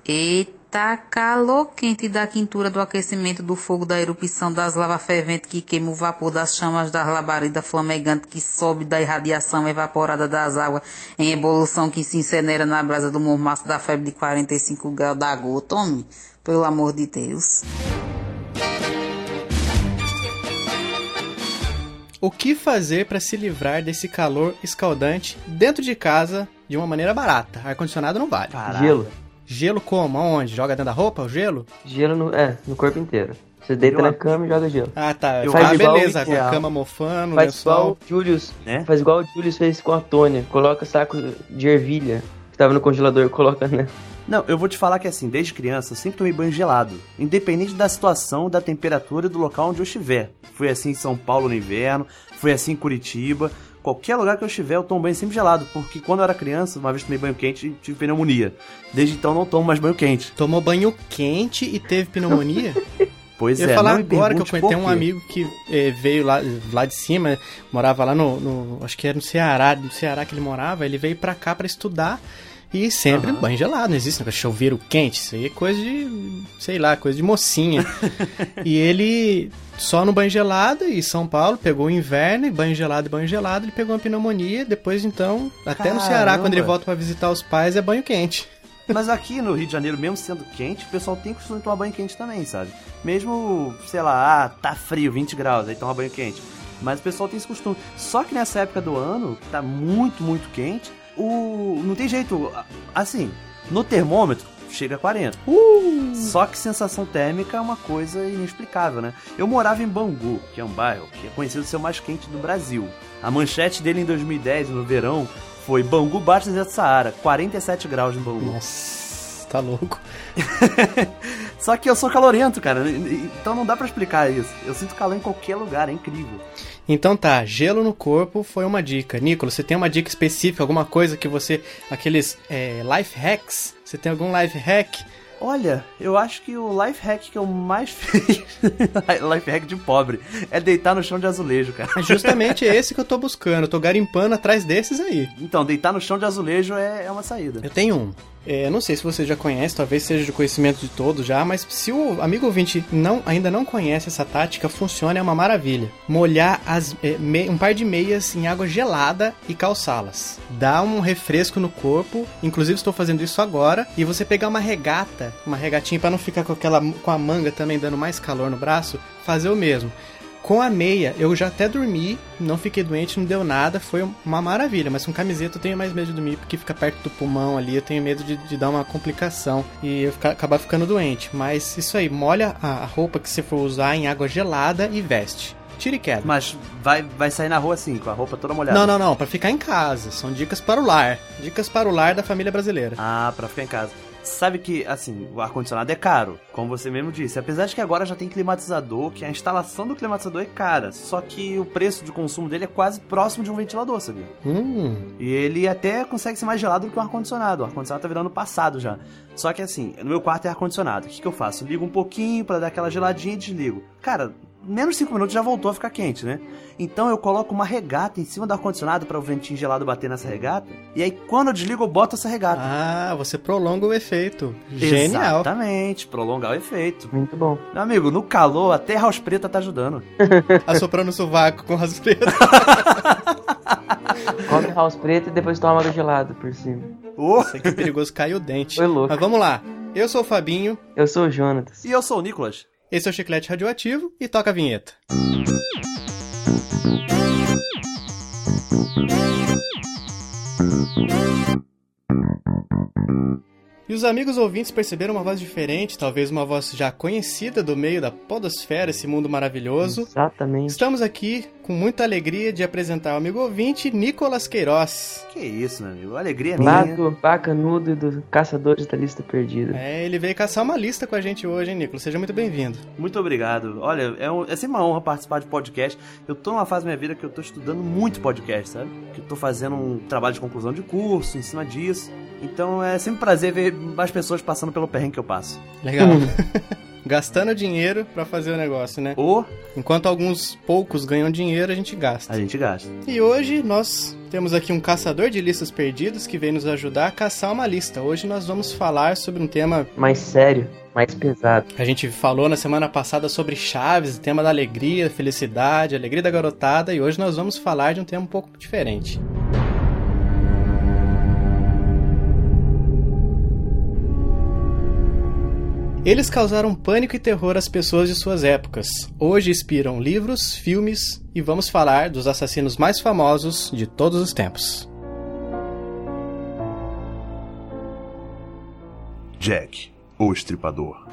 Eita, calor quente da quintura do aquecimento do fogo da erupção das lavas ferventes que queima o vapor das chamas das labaredas flamegantes que sobe da irradiação evaporada das águas em evolução que se incinera na brasa do mormaço da febre de 45 graus da gota, homem, pelo amor de Deus. O que fazer para se livrar desse calor escaldante dentro de casa de uma maneira barata? Ar-condicionado não vale. Caraca. Gelo. Gelo como? Aonde? Joga dentro da roupa o gelo? Gelo no corpo inteiro. Você deita na cama e joga gelo. Ah, tá. Beleza. A cama mofando, faz igual o Julius, né? Faz igual o Julius fez com a Tônia. Coloca saco de ervilha que tava no congelador, coloca, né? Não, eu vou te falar que assim, desde criança eu sempre tomei banho gelado. Independente da situação, da temperatura e do local onde eu estiver. Fui assim em São Paulo no inverno, fui assim em Curitiba. Qualquer lugar que eu estiver, eu tomo banho sempre gelado. Porque quando eu era criança, uma vez tomei banho quente e tive pneumonia. Desde então não tomo mais banho quente. Tomou banho quente e teve pneumonia? Pois eu ia falar agora que eu conheci um amigo que veio lá de cima, morava lá acho que era no Ceará que ele morava, ele veio pra cá pra estudar. E sempre banho gelado, não existe negócio de chuveiro quente, isso aí é coisa de, sei lá, coisa de mocinha. E ele, só no banho gelado, e São Paulo, pegou o inverno, e banho gelado, ele pegou uma pneumonia, depois então, até no Ceará, quando ele volta pra visitar os pais, é banho quente. Mas aqui no Rio de Janeiro, mesmo sendo quente, o pessoal tem costume de tomar banho quente também, sabe? Mesmo, sei lá, tá frio, 20 graus, aí toma banho quente. Mas o pessoal tem esse costume. Só que nessa época do ano, que tá muito, muito quente, não tem jeito, assim, no termômetro chega a 40. Só que sensação térmica é uma coisa inexplicável, né? Eu morava em Bangu, que é um bairro que é conhecido ser o mais quente do Brasil. A manchete dele em 2010, no verão, foi Bangu bate deserto do Saara, 47 graus em Bangu. Nossa, tá louco. Só que eu sou calorento, cara, então não dá pra explicar isso. Eu sinto calor em qualquer lugar, é incrível. Então tá, gelo no corpo foi uma dica. Nicolas, você tem uma dica específica, alguma coisa que você... Aqueles life hacks? Você tem algum life hack? Olha, eu acho que o life hack que eu mais fiz... life hack de pobre. É deitar no chão de azulejo, cara. É justamente esse que eu tô buscando. Eu tô garimpando atrás desses aí. Então, deitar no chão de azulejo é uma saída. Eu tenho um. Não sei se você já conhece, talvez seja de conhecimento de todos já, mas se o amigo ouvinte ainda não conhece essa tática, funciona, é uma maravilha. Molhar um par de meias em água gelada e calçá-las. Dá um refresco no corpo, inclusive estou fazendo isso agora, e você pegar uma regatinha para não ficar com a manga também dando mais calor no braço, fazer o mesmo. Com a meia, eu já até dormi, não fiquei doente, não deu nada, foi uma maravilha. Mas com camiseta eu tenho mais medo de dormir, porque fica perto do pulmão ali, eu tenho medo de dar uma complicação e eu acabar ficando doente. Mas isso aí, molha a roupa que você for usar em água gelada e veste. Tira e queda. Mas vai sair na rua assim, com a roupa toda molhada? Não, pra ficar em casa. São dicas para o lar. Dicas para o lar da família brasileira. Ah, pra ficar em casa. Sabe que, assim, o ar-condicionado é caro, como você mesmo disse. Apesar de que agora já tem climatizador, que a instalação do climatizador é cara. Só que o preço de consumo dele é quase próximo de um ventilador, sabia? E ele até consegue ser mais gelado do que o ar-condicionado. O ar-condicionado tá virando passado já. Só que assim, no meu quarto é ar-condicionado. O que eu faço? Ligo um pouquinho pra dar aquela geladinha e desligo. Cara, menos 5 minutos já voltou a ficar quente, né? Então eu coloco uma regata em cima do ar-condicionado para o ventinho gelado bater nessa regata. E aí quando eu desligo eu boto essa regata. Ah, você prolonga o efeito. Genial. Exatamente, prolongar o efeito. Muito bom. Meu amigo, no calor até house preta tá ajudando. Assoprando o sovaco com house preta. Come house preta e depois toma água gelada por cima. Isso aqui é perigoso, cai o dente. Foi louco. Mas vamos lá. Eu sou o Fabinho. Eu sou o Jonatas. E eu sou o Nicolas. Esse é o Chiclete Radioativo e toca a vinheta. E os amigos ouvintes perceberam uma voz diferente, talvez uma voz já conhecida do meio da podosfera, esse mundo maravilhoso. Exatamente. Estamos aqui com muita alegria de apresentar o amigo ouvinte, Nicolas Queiroz. Que isso, meu amigo, alegria minha. Lá do Bacanudo e dos Caçadores da Lista Perdida. Ele veio caçar uma lista com a gente hoje, hein, Nicolas? Seja muito bem-vindo. Muito obrigado. Olha, é sempre uma honra participar de podcast. Eu tô numa fase da minha vida que eu tô estudando muito podcast, sabe? Que eu tô fazendo um trabalho de conclusão de curso em cima disso. Então é sempre um prazer ver mais pessoas passando pelo perrengue que eu passo. Legal. Gastando dinheiro pra fazer o negócio, né? Enquanto alguns poucos ganham dinheiro, a gente gasta. A gente gasta. E hoje nós Temos aqui um caçador de listas perdidos que vem nos ajudar a caçar uma lista. Hoje nós vamos falar sobre um tema mais sério, mais pesado. A gente falou na semana passada sobre Chaves, o tema da alegria, felicidade, alegria da garotada, e hoje nós vamos falar de um tema um pouco diferente. Eles causaram pânico e terror às pessoas de suas épocas. Hoje inspiram livros, filmes e vamos falar dos assassinos mais famosos de todos os tempos. Jack, o Estripador.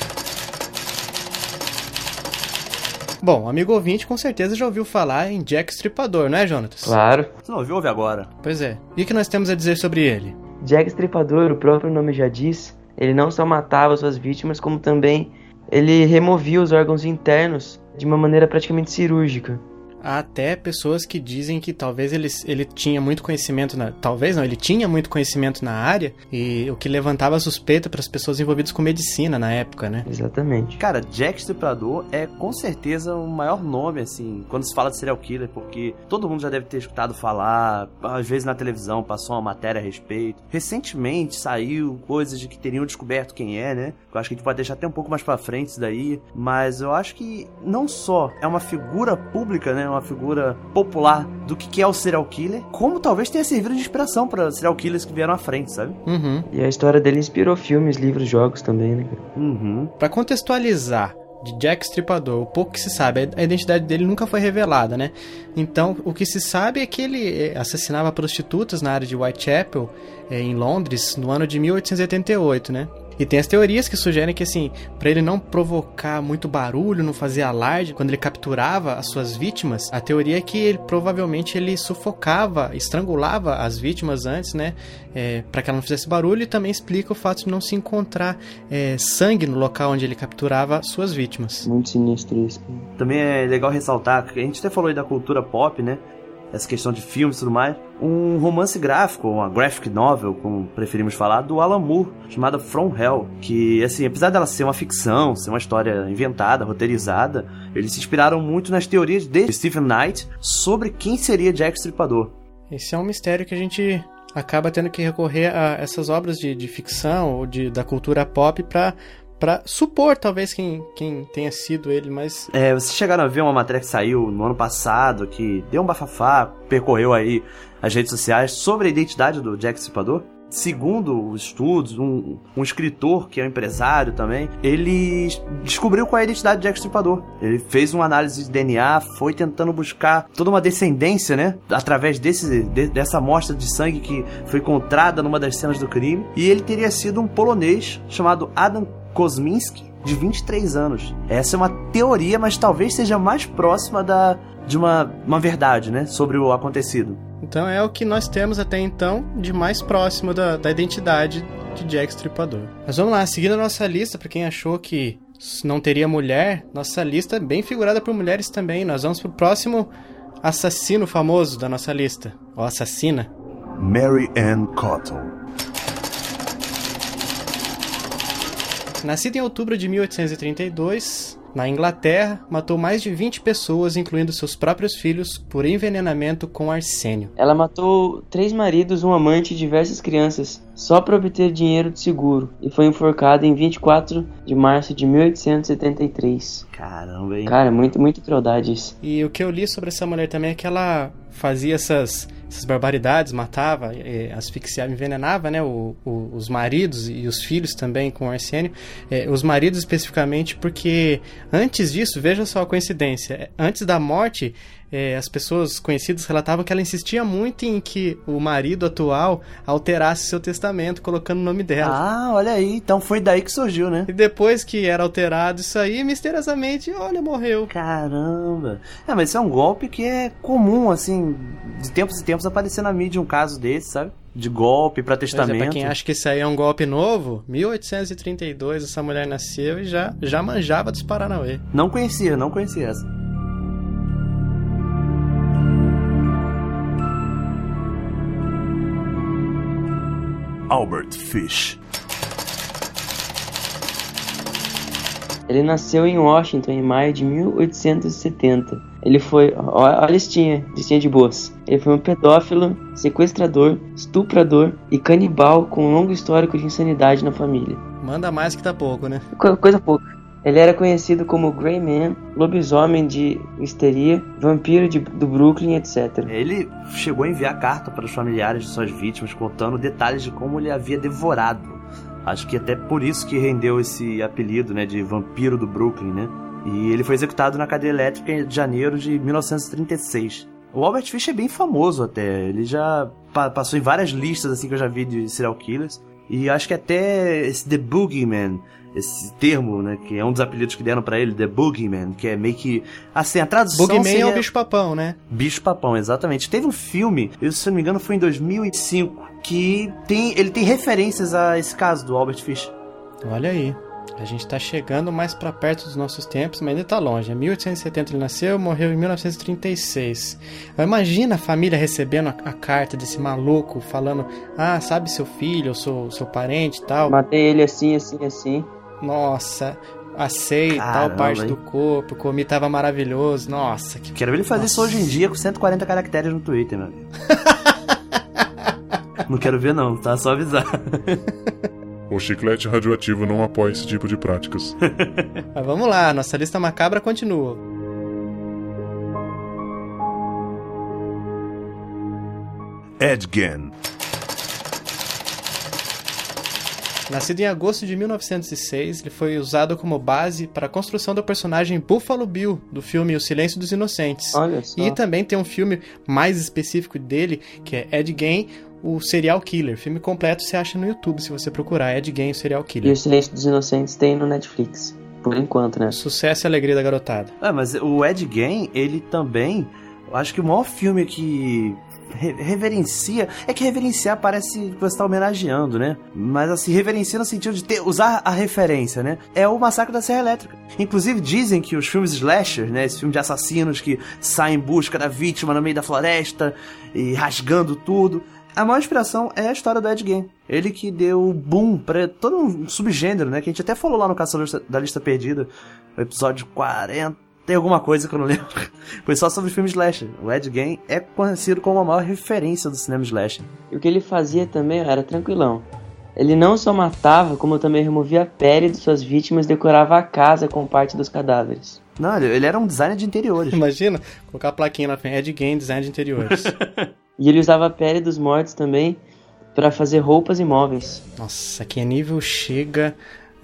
Bom, amigo ouvinte com certeza já ouviu falar em Jack Estripador, não é, Jonatas? Claro. Você não ouviu? Ouve agora. Pois é. E o que nós temos a dizer sobre ele? Jack Estripador, o próprio nome já diz, ele não só matava suas vítimas, como também ele removia os órgãos internos de uma maneira praticamente cirúrgica. Há até pessoas que dizem que talvez ele tinha muito conhecimento ele tinha muito conhecimento na área, e o que levantava suspeita para as pessoas envolvidas com medicina na época, né? Exatamente. Cara, Jack Estripador é com certeza o maior nome, assim, quando se fala de serial killer, porque todo mundo já deve ter escutado falar, às vezes na televisão passou uma matéria a respeito. Recentemente saiu coisas de que teriam descoberto quem é, né? Eu acho que a gente pode deixar até um pouco mais pra frente isso daí, mas eu acho que não só é uma figura pública, né? Uma figura popular do que é o serial killer, como talvez tenha servido de inspiração para serial killers que vieram à frente, sabe? Uhum. E a história dele inspirou filmes, livros, jogos também, né? Uhum. Pra contextualizar de Jack Estripador, o pouco que se sabe, a identidade dele nunca foi revelada, né? Então, o que se sabe é que ele assassinava prostitutas na área de Whitechapel, em Londres, no ano de 1888, né? E tem as teorias que sugerem que, assim, pra ele não provocar muito barulho, não fazer alarde, quando ele capturava as suas vítimas, a teoria é que provavelmente ele sufocava, estrangulava as vítimas antes, né, pra que ela não fizesse barulho, e também explica o fato de não se encontrar sangue no local onde ele capturava suas vítimas. Muito sinistro isso. Também é legal ressaltar, que a gente até falou aí da cultura pop, né, essa questão de filmes e tudo mais, um romance gráfico, uma graphic novel, como preferimos falar, do Alan Moore, chamada From Hell, que, assim, apesar dela ser uma ficção, ser uma história inventada, roteirizada, eles se inspiraram muito nas teorias de Stephen Knight sobre quem seria Jack Estripador. Esse é um mistério que a gente acaba tendo que recorrer a essas obras de ficção ou da cultura pop pra supor, talvez, quem tenha sido ele, mas... Vocês chegaram a ver uma matéria que saiu no ano passado, que deu um bafafá, percorreu aí as redes sociais, sobre a identidade do Jack Estripador? Segundo os estudos, um escritor, que é um empresário também, ele descobriu qual é a identidade do Jack Estripador. Ele fez uma análise de DNA, foi tentando buscar toda uma descendência, né? Através dessa amostra de sangue que foi encontrada numa das cenas do crime. E ele teria sido um polonês chamado Adam Kosminski, de 23 anos. Essa é uma teoria, mas talvez seja mais próxima de uma verdade, né? Sobre o acontecido. Então é o que nós temos até então de mais próximo da identidade de Jack Estripador. Mas vamos lá, seguindo a nossa lista, para quem achou que não teria mulher, nossa lista é bem figurada por mulheres também. Nós vamos pro próximo assassino famoso da nossa lista, ou assassina. Mary Ann Cotton. Nascida em outubro de 1832, na Inglaterra, matou mais de 20 pessoas, incluindo seus próprios filhos, por envenenamento com arsênio. Ela matou 3 maridos, um amante e diversas crianças, só para obter dinheiro de seguro, e foi enforcada em 24 de março de 1873. Caramba, hein? Cara, muito crueldade isso. E o que eu li sobre essa mulher também é que ela fazia essas barbaridades, matava, asfixiava, envenenava, né, os maridos e os filhos também com arsênio. Os maridos especificamente porque antes disso, veja só a coincidência, antes da morte, as pessoas conhecidas relatavam que ela insistia muito em que o marido atual alterasse seu testamento, colocando o nome dela. Ah, olha aí, então foi daí que surgiu, né? E depois que era alterado isso aí, misteriosamente, olha, morreu. Caramba. Mas isso é um golpe que é comum, assim, de tempos em tempos aparecer na mídia um caso desse, sabe? De golpe pra testamento. Pra quem acha que isso aí é um golpe novo, 1832 essa mulher nasceu e já manjava dos Paranauê. Não conhecia essa. Albert Fish. Ele nasceu em Washington em maio de 1870. Ele foi, olha a listinha de boas. Ele foi um pedófilo, sequestrador, estuprador e canibal com um longo histórico de insanidade na família. Manda mais que tá pouco, né? Coisa pouca. Ele era conhecido como Grey Man, lobisomem de histeria, vampiro do Brooklyn, etc. Ele chegou a enviar carta para os familiares de suas vítimas, contando detalhes de como ele havia devorado. Acho que até por isso que rendeu esse apelido, né, de vampiro do Brooklyn, né? E ele foi executado na cadeia elétrica de janeiro de 1936. O Albert Fish é bem famoso até. Ele já passou em várias listas assim que eu já vi de serial killers. E acho que até esse The Boogeyman, esse termo, né, que é um dos apelidos que deram pra ele, The Boogeyman, que é meio que, assim, a tradução Boogeyman seria... é o bicho-papão, né? Bicho-papão, exatamente. Teve um filme, se não me engano foi em 2005, que ele tem referências a esse caso do Albert Fish. Olha aí. A gente tá chegando mais pra perto dos nossos tempos, mas ainda tá longe. Em 1870 ele nasceu, morreu em 1936. Imagina a família recebendo a carta desse maluco, falando: ah, sabe seu filho, ou seu parente e tal. Matei ele assim, assim, assim. Nossa, assei tal parte do corpo, comi, tava maravilhoso. Nossa, que... Quero ver ele fazer isso hoje em dia com 140 caracteres no Twitter, meu amigo. Não quero ver não, tá? Só avisar. O chiclete radioativo não apoia esse tipo de práticas. Mas vamos lá, nossa lista macabra continua. Ed Gein. Nascido em agosto de 1906, ele foi usado como base para a construção do personagem Buffalo Bill, do filme O Silêncio dos Inocentes. Olha só. E também tem um filme mais específico dele, que é Ed Gein, o Serial Killer. O filme completo você acha no YouTube, se você procurar Ed Gein, o Serial Killer. E O Silêncio dos Inocentes tem no Netflix, por enquanto, né? Sucesso e alegria da garotada. Mas o Ed Gein, ele também, eu acho que o maior filme que reverencia, é que reverenciar parece que você tá homenageando, né? Mas assim, reverencia no sentido de usar a referência, né? É o Massacre da Serra Elétrica. Inclusive dizem que os filmes slasher, né? Esse filme de assassinos que saem em busca da vítima no meio da floresta e rasgando tudo. A maior inspiração é a história do Ed Gein. Ele que deu o boom pra todo um subgênero, né? Que a gente até falou lá no Caçador da Lista Perdida, o episódio 40... Tem alguma coisa que eu não lembro. Foi só sobre o filme slasher. O Ed Gein é conhecido como a maior referência do cinema slasher. E o que ele fazia também era tranquilão. Ele não só matava, como também removia a pele de suas vítimas e decorava a casa com parte dos cadáveres. Não, ele era um designer de interiores. Imagina, colocar a plaquinha na frente, Ed Gein, design de interiores. E ele usava a pele dos mortos também para fazer roupas e móveis. Nossa, que nível chega...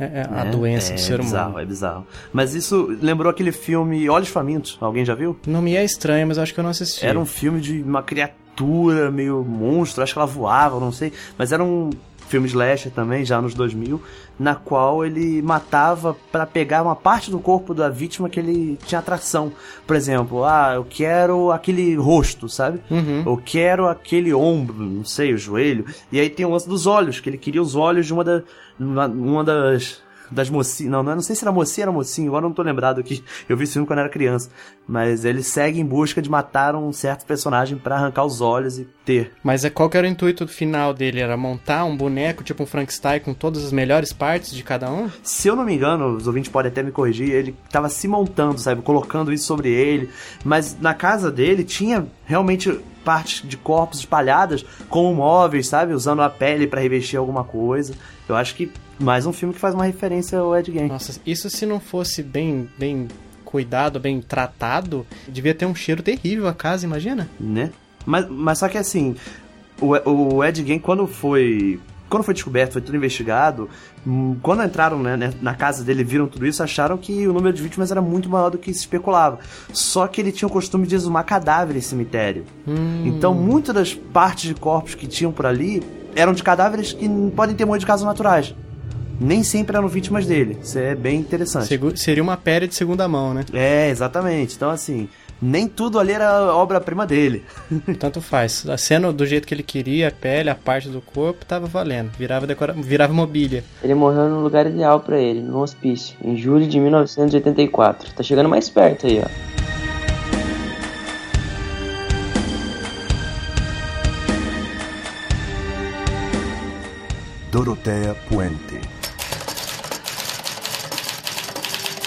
a doença do ser humano. É bizarro. Mas isso lembrou aquele filme Olhos Famintos. Alguém já viu? Não me é estranho, mas acho que eu não assisti. Era um filme de uma criatura meio monstro. Acho que ela voava, não sei. Mas era um filme slasher também, já nos 2000, na qual ele matava pra pegar uma parte do corpo da vítima que ele tinha atração. Por exemplo, eu quero aquele rosto, sabe? Uhum. Eu quero aquele ombro, não sei, o joelho. E aí tem o lance dos olhos, que ele queria os olhos de uma das mocinhas. Não sei se era mocinha ou era mocinho, agora não tô lembrado aqui. Eu vi esse filme quando era criança. Mas ele segue em busca de matar um certo personagem pra arrancar os olhos e ter. Mas qual que era o intuito final dele? Era montar um boneco, tipo um Frankenstein, com todas as melhores partes de cada um? Se eu não me engano, os ouvintes podem até me corrigir, ele tava se montando, sabe? Colocando isso sobre ele. Mas na casa dele tinha realmente partes de corpos espalhadas como móveis, sabe? Usando a pele pra revestir alguma coisa. Eu acho que mais um filme que faz uma referência ao Ed Gein. Nossa, isso se não fosse bem cuidado, bem tratado, devia ter um cheiro terrível a casa, imagina? Né? Mas só que assim, o Ed Gein, quando foi descoberto, foi tudo investigado, quando entraram, né, na casa dele, viram tudo isso, acharam que o número de vítimas era muito maior do que se especulava. Só que ele tinha o costume de exumar cadáveres em cemitério. Então, muitas das partes de corpos que tinham por ali eram de cadáveres que podem ter morrido de causas naturais. Nem sempre eram vítimas dele. Isso é bem interessante. Seria uma pele de segunda mão, né? É, exatamente. Então, assim, nem tudo ali era obra-prima dele. Tanto faz. Sendo do jeito que ele queria, a pele, a parte do corpo, tava valendo. Virava mobília. Ele morreu no lugar ideal pra ele, no hospício, em julho de 1984. Tá chegando mais perto aí, ó. Dorothea Puente.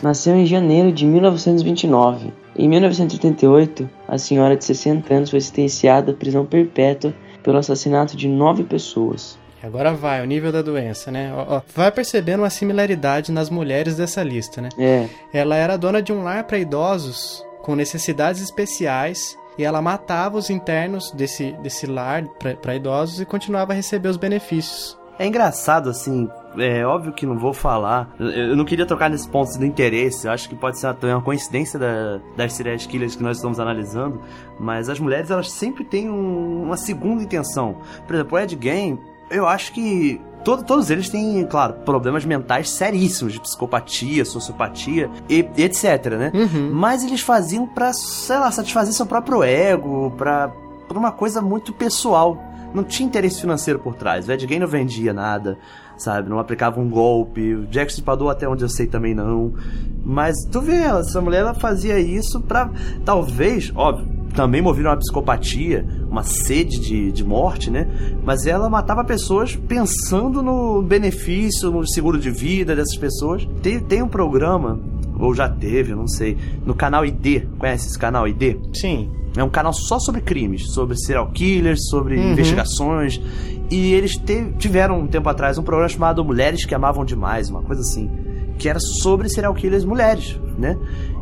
Nasceu em janeiro de 1929. Em 1988, a senhora de 60 anos foi sentenciada à prisão perpétua pelo assassinato de 9 pessoas. Agora vai, o nível da doença, né? Vai percebendo uma similaridade nas mulheres dessa lista, né? Ela era dona de um lar para idosos com necessidades especiais e ela matava os internos desse lar para idosos e continuava a receber os benefícios. É engraçado, assim, é óbvio que não vou falar, eu não queria tocar nesse ponto do interesse, eu acho que pode ser uma coincidência das serial killers que nós estamos analisando, mas as mulheres, elas sempre têm uma segunda intenção. Por exemplo, o Ed Gein, eu acho que todos eles têm, claro, problemas mentais seríssimos, de psicopatia, sociopatia, e etc, né? Mas eles faziam pra, sei lá, satisfazer seu próprio ego, por uma coisa muito pessoal. Não tinha interesse financeiro por trás. O Ed Gein não vendia nada, sabe? Não aplicava um golpe. O Jack Stripador, até onde eu sei, também não. Mas tu vê, essa mulher, ela fazia isso pra, talvez, óbvio, também movida uma psicopatia, uma sede de morte, né? Mas ela matava pessoas pensando no benefício, no seguro de vida dessas pessoas. Tem um programa, ou já teve, eu não sei, no canal ID. Conhece esse canal ID? Sim. É um canal só sobre crimes, sobre serial killers, sobre investigações. E eles tiveram um tempo atrás um programa chamado Mulheres que Amavam Demais, uma coisa assim, que era sobre serial killers mulheres, né?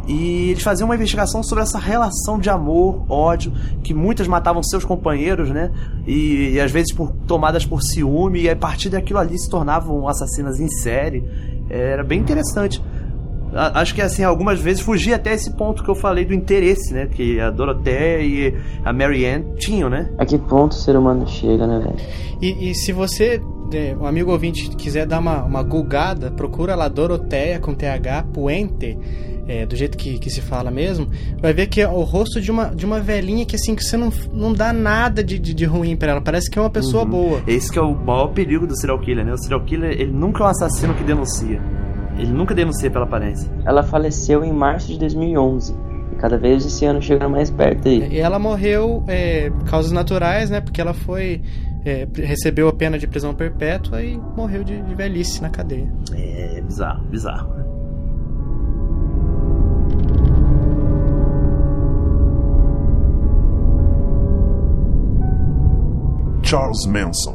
E eles faziam uma investigação sobre essa relação de amor, ódio, que muitas matavam seus companheiros, né? E às vezes tomadas por ciúme, e a partir daquilo ali se tornavam assassinas em série. Era bem interessante. Acho que, assim, algumas vezes fugia até esse ponto que eu falei do interesse, né? Que a Dorothea e a Mary Ann tinham, né? A que ponto o ser humano chega, né, velho? E se você, um amigo ouvinte, quiser dar uma gulgada, procura lá Dorothea com TH, Puente, do jeito que se fala mesmo, vai ver que é o rosto de uma velhinha que, assim, que você não dá nada de ruim pra ela, parece que é uma pessoa boa. Esse que é o maior perigo do serial killer, né? O serial killer, ele nunca é um assassino que denuncia. Ele nunca denuncia pela aparência. Ela faleceu em março de 2011. E cada vez esse ano chega mais perto aí. E ela morreu por causas naturais, né? Porque ela recebeu a pena de prisão perpétua e morreu de velhice na cadeia. É bizarro, bizarro. Charles Manson.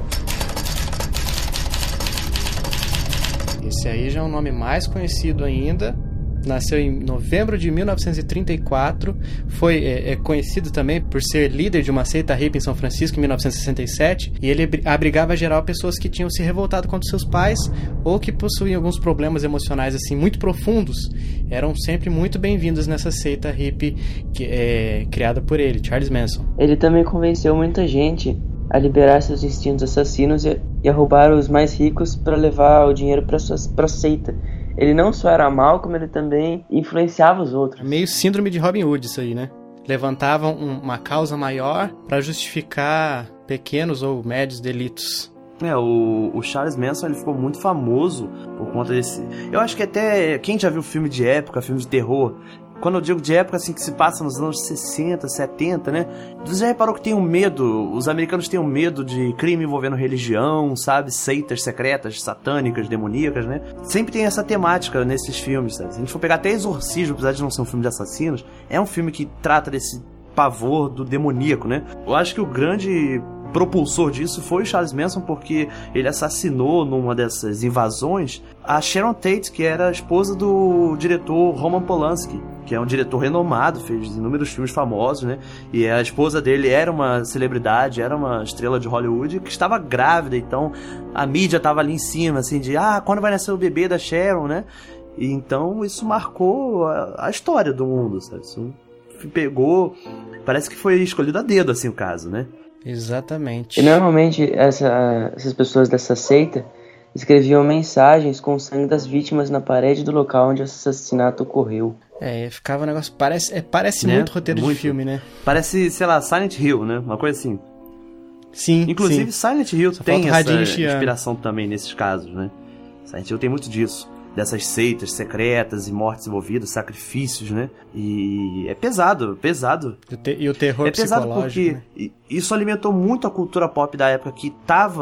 Esse aí já é um nome mais conhecido ainda. Nasceu em novembro de 1934. Foi conhecido também por ser líder de uma seita hippie em São Francisco em 1967. E ele abrigava geral pessoas que tinham se revoltado contra seus pais ou que possuíam alguns problemas emocionais assim muito profundos. Eram sempre muito bem-vindos nessa seita hippie criada por ele, Charles Manson. Ele também convenceu muita gente a liberar seus instintos assassinos e a roubar os mais ricos para levar o dinheiro para a seita. Ele não só era mau, como ele também influenciava os outros. Meio síndrome de Robin Hood isso aí, né? Levantavam uma causa maior para justificar pequenos ou médios delitos. O Charles Manson, ele ficou muito famoso por conta desse... Eu acho que até quem já viu filme de época, filme de terror... Quando eu digo de época, assim, que se passa nos anos 60, 70, né? Você já reparou que tem um medo, os americanos têm um medo de crime envolvendo religião, sabe? Seitas secretas, satânicas, demoníacas, né? Sempre tem essa temática nesses filmes, sabe? Se a gente for pegar até Exorcismo, apesar de não ser um filme de assassinos, é um filme que trata desse pavor do demoníaco, né? Eu acho que o grande propulsor disso foi o Charles Manson, porque ele assassinou numa dessas invasões a Sharon Tate, que era a esposa do diretor Roman Polanski, que é um diretor renomado, fez inúmeros filmes famosos, né? E a esposa dele era uma celebridade, era uma estrela de Hollywood que estava grávida, então a mídia estava ali em cima, assim, de quando vai nascer o bebê da Sharon, né? E então isso marcou a história do mundo, sabe? Isso pegou... Parece que foi escolhido a dedo, assim, o caso, né? Exatamente. E normalmente essas pessoas dessa seita escreviam mensagens com o sangue das vítimas na parede do local onde o assassinato ocorreu. Ficava um negócio... Parece né? Muito roteiro de filme, né? Parece, sei lá, Silent Hill, né? Uma coisa assim. Sim, inclusive, sim. Silent Hill Só tem essa chiando. inspiração também nesses casos, né? Silent Hill tem muito disso. Dessas seitas secretas e mortes envolvidas, sacrifícios, né? E é pesado. E o terror é pesado psicológico, porque isso alimentou muito a cultura pop da época, que tava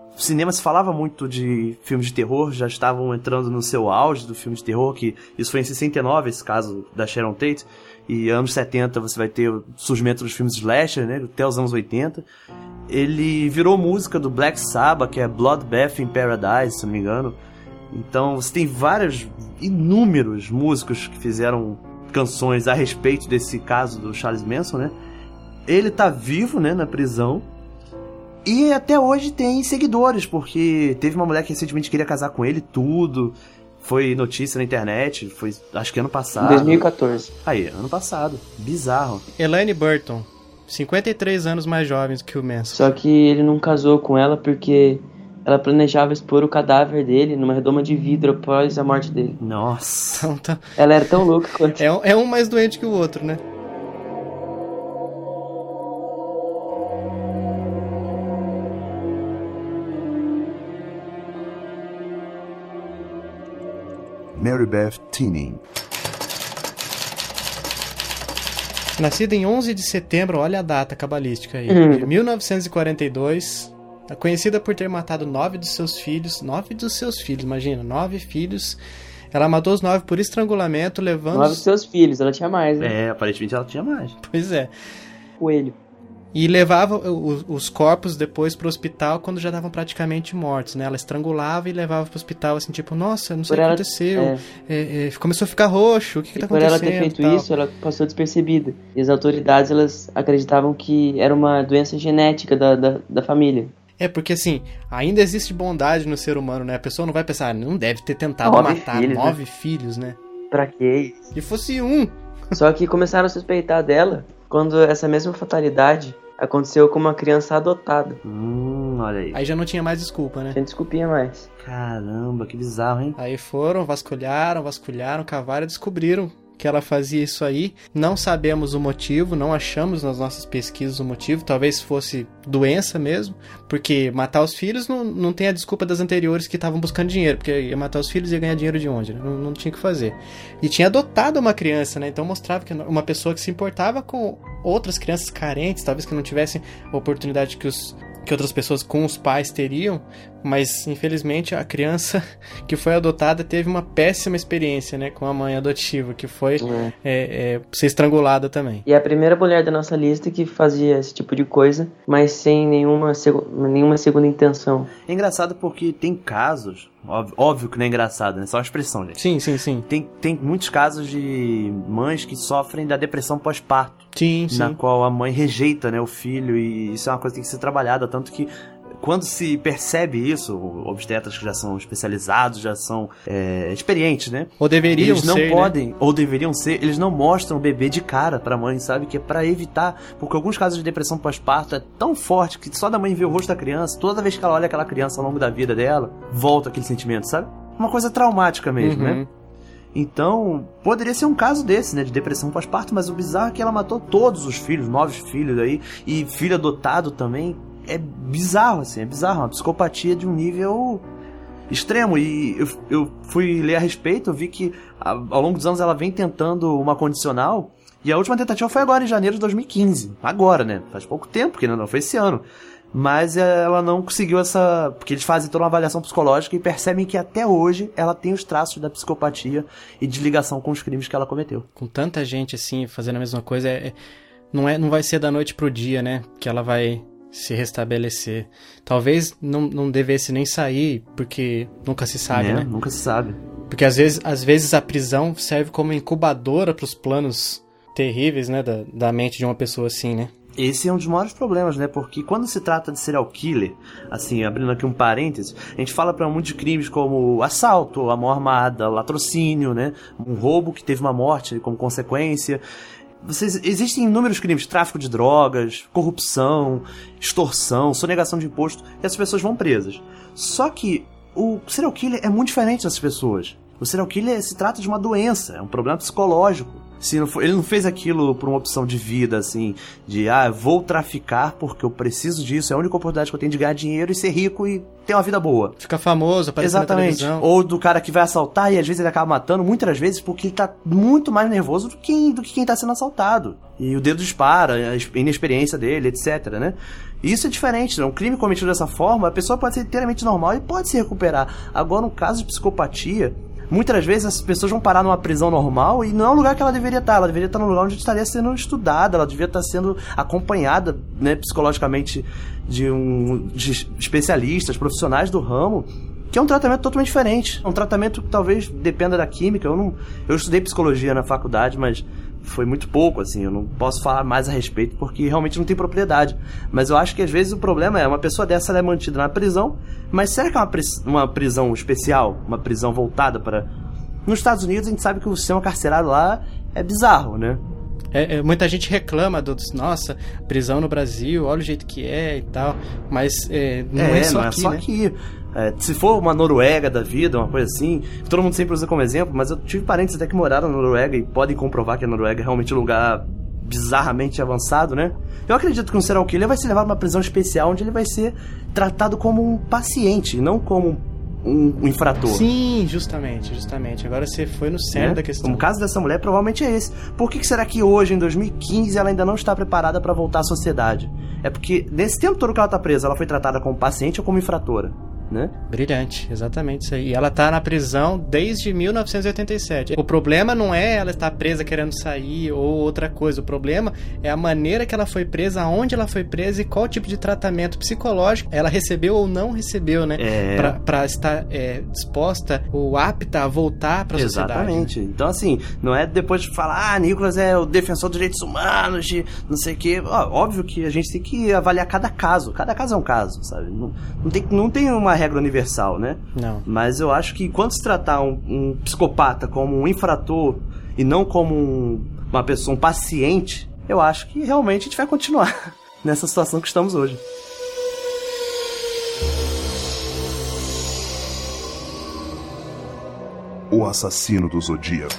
O cinema se falava muito de filmes de terror, já estavam entrando no seu auge do filme de terror, que isso foi em 69, esse caso da Sharon Tate, e anos 70 você vai ter o surgimento dos filmes slasher, né, até os anos 80. Ele virou música do Black Sabbath, que é Bloodbath in Paradise, se não me engano. Então você tem inúmeros músicos que fizeram canções a respeito desse caso do Charles Manson, né? Ele tá vivo, né, na prisão. E até hoje tem seguidores, porque teve uma mulher que recentemente queria casar com ele, tudo. Foi notícia na internet, foi acho que ano passado. 2014. Aí, ano passado. Bizarro. Elaine Burton, 53 anos mais jovem que o Manson. Só que ele não casou com ela porque ela planejava expor o cadáver dele numa redoma de vidro após a morte dele. Nossa. Então, Ela era tão louca quanto... é um mais doente que o outro, né? Mary Beth Tinning. Nascida em 11 de setembro, olha a data cabalística aí, de 1942, conhecida por ter matado 9 dos seus filhos, imagina, 9 filhos. Ela matou os 9 por estrangulamento, levando... 9 dos seus filhos, ela tinha mais, né? É, aparentemente ela tinha mais. Pois é. Coelho. E levava os corpos depois pro hospital quando já estavam praticamente mortos, né? Ela estrangulava e levava pro hospital, assim, tipo, nossa, não sei o que aconteceu. Começou a ficar roxo, o que tá acontecendo? Por ela ter feito isso, ela passou despercebida. E as autoridades, elas acreditavam que era uma doença genética da família. É, porque assim, ainda existe bondade no ser humano, né? A pessoa não vai pensar, não deve ter tentado 9 matar filhos, 9 filhos, né? Pra quê? Se fosse um. Só que começaram a suspeitar dela quando essa mesma fatalidade aconteceu com uma criança adotada. Olha aí. Aí já não tinha mais desculpa, né? Não tinha desculpinha mais. Caramba, que bizarro, hein? Aí foram, vasculharam, cavaram e descobriram que ela fazia isso aí. Não sabemos o motivo, não achamos nas nossas pesquisas o motivo. Talvez fosse doença mesmo, porque matar os filhos não tem a desculpa das anteriores que estavam buscando dinheiro, porque ia matar os filhos e ia ganhar dinheiro de onde? Né? Não tinha o que fazer. E tinha adotado uma criança, né? Então mostrava que uma pessoa que se importava com outras crianças carentes, talvez que não tivessem a oportunidade que outras pessoas com os pais teriam, mas infelizmente a criança que foi adotada teve uma péssima experiência, né, com a mãe adotiva, que foi ser estrangulada também. E é a primeira mulher da nossa lista que fazia esse tipo de coisa, mas sem nenhuma segunda intenção. É engraçado porque tem casos, óbvio que não é engraçado, né? Só uma expressão, gente. Sim. Tem muitos casos de mães que sofrem da depressão pós-parto. Sim. Na qual a mãe rejeita, né, o filho, e isso é uma coisa que tem que ser trabalhada, tanto que quando se percebe isso, obstetras que já são especializados, já são experientes, né? Ou deveriam eles não ser, podem, né? ou deveriam ser, eles não mostram o bebê de cara pra mãe, sabe? Que é pra evitar, porque alguns casos de depressão pós-parto é tão forte que só da mãe ver o rosto da criança, toda vez que ela olha aquela criança ao longo da vida dela, volta aquele sentimento, sabe? Uma coisa traumática mesmo, né? Então, poderia ser um caso desse, né, de depressão pós-parto, mas o bizarro é que ela matou todos os filhos, 9 filhos aí, e filho adotado também. É bizarro, assim, uma psicopatia de um nível extremo. E eu fui ler a respeito, eu vi que ao longo dos anos ela vem tentando uma condicional, e a última tentativa foi agora, em janeiro de 2015. Agora, né, faz pouco tempo, porque não foi esse ano. Mas ela não conseguiu essa... Porque eles fazem toda uma avaliação psicológica e percebem que até hoje ela tem os traços da psicopatia e de ligação com os crimes que ela cometeu. Com tanta gente assim, fazendo a mesma coisa, não vai ser da noite pro dia, né? Que ela vai se restabelecer. Talvez não devesse nem sair, porque nunca se sabe, né? Nunca se sabe. Porque às vezes a prisão serve como incubadora pros planos terríveis, né? Da mente de uma pessoa assim, né? Esse é um dos maiores problemas, né? Porque quando se trata de serial killer, assim, abrindo aqui um parênteses, a gente fala para muitos crimes como assalto, a mão armada, latrocínio, né? Um roubo que teve uma morte como consequência. Existem inúmeros crimes, tráfico de drogas, corrupção, extorsão, sonegação de imposto, e essas pessoas vão presas. Só que o serial killer é muito diferente dessas pessoas. O serial killer se trata de uma doença, é um problema psicológico. Ele não fez aquilo por uma opção de vida, assim, de, vou traficar porque eu preciso disso, é a única oportunidade que eu tenho de ganhar dinheiro e ser rico e ter uma vida boa. Ficar famoso, aparecer na televisão. Ou do cara que vai assaltar e às vezes ele acaba matando, muitas vezes porque ele tá muito mais nervoso do que quem tá sendo assaltado. E o dedo dispara, a inexperiência dele, etc, né? E isso é diferente, né? Um crime cometido dessa forma, a pessoa pode ser inteiramente normal e pode se recuperar. Agora, no caso de psicopatia, muitas vezes as pessoas vão parar numa prisão normal e não é um lugar que ela deveria estar. Ela deveria estar num lugar onde estaria sendo estudada, ela deveria estar sendo acompanhada, né, psicologicamente de especialistas, profissionais do ramo, que é um tratamento totalmente diferente. É um tratamento que talvez dependa da química. Eu estudei psicologia na faculdade, mas foi muito pouco, assim, eu não posso falar mais a respeito porque realmente não tem propriedade. Mas eu acho que às vezes o problema é uma pessoa dessa, ela é mantida na prisão, mas será que é uma prisão especial? Uma prisão voltada para... Nos Estados Unidos a gente sabe que o sistema carcerário lá é bizarro, né? Muita gente reclama nossa, prisão no Brasil, olha o jeito que é e tal, mas não é só aqui. Se for uma Noruega da vida, uma coisa assim, todo mundo sempre usa como exemplo, mas eu tive parentes até que moraram na Noruega e podem comprovar que a Noruega é realmente um lugar bizarramente avançado, né? Eu acredito que um serial killer vai ser levado para uma prisão especial onde ele vai ser tratado como um paciente, não como um infrator. Sim, justamente. Agora você foi no cerne da questão. O caso dessa mulher provavelmente é esse. Por que será que hoje, em 2015, ela ainda não está preparada para voltar à sociedade? É porque nesse tempo todo que ela está presa, ela foi tratada como paciente ou como infratora, né? Brilhante, exatamente isso aí. E ela tá na prisão desde 1987. O problema não é ela estar presa querendo sair ou outra coisa. O problema é a maneira que ela foi presa, aonde ela foi presa e qual tipo de tratamento psicológico ela recebeu ou não recebeu, né? Pra estar disposta ou apta a voltar pra sociedade. Exatamente. Né? Então, assim, não é depois de falar, Nicolas é o defensor dos direitos humanos, de não sei o quê. Óbvio que a gente tem que avaliar cada caso. Cada caso é um caso, sabe? Não tem uma regra universal, né? Não. Mas eu acho que enquanto se tratar um psicopata como um infrator e não como uma pessoa, um paciente, eu acho que realmente a gente vai continuar nessa situação que estamos hoje. O assassino do Zodíaco.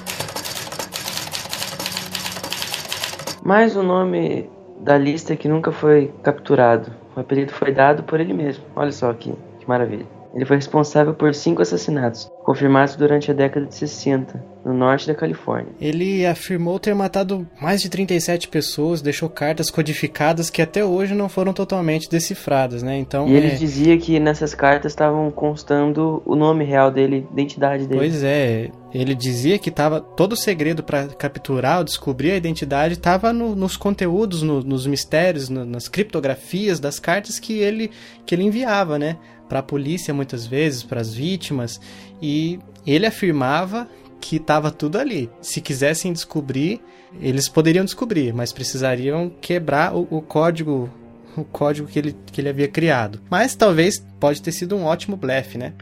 Mais um nome da lista que nunca foi capturado. O apelido foi dado por ele mesmo. Olha só aqui. Que maravilha. Ele foi responsável por 5 assassinatos, confirmados durante a década de 60, no norte da Califórnia. Ele afirmou ter matado mais de 37 pessoas, deixou cartas codificadas que até hoje não foram totalmente decifradas, né? Então, e ele dizia que nessas cartas estavam constando o nome real dele, a identidade dele. Pois é, ele dizia que tava todo o segredo para capturar ou descobrir a identidade estava nos conteúdos, nos mistérios, nas criptografias das cartas que ele enviava, né? Para a polícia muitas vezes, para as vítimas, e ele afirmava que estava tudo ali. Se quisessem descobrir, eles poderiam descobrir, mas precisariam quebrar o código que ele havia criado. Mas talvez pode ter sido um ótimo blefe, né?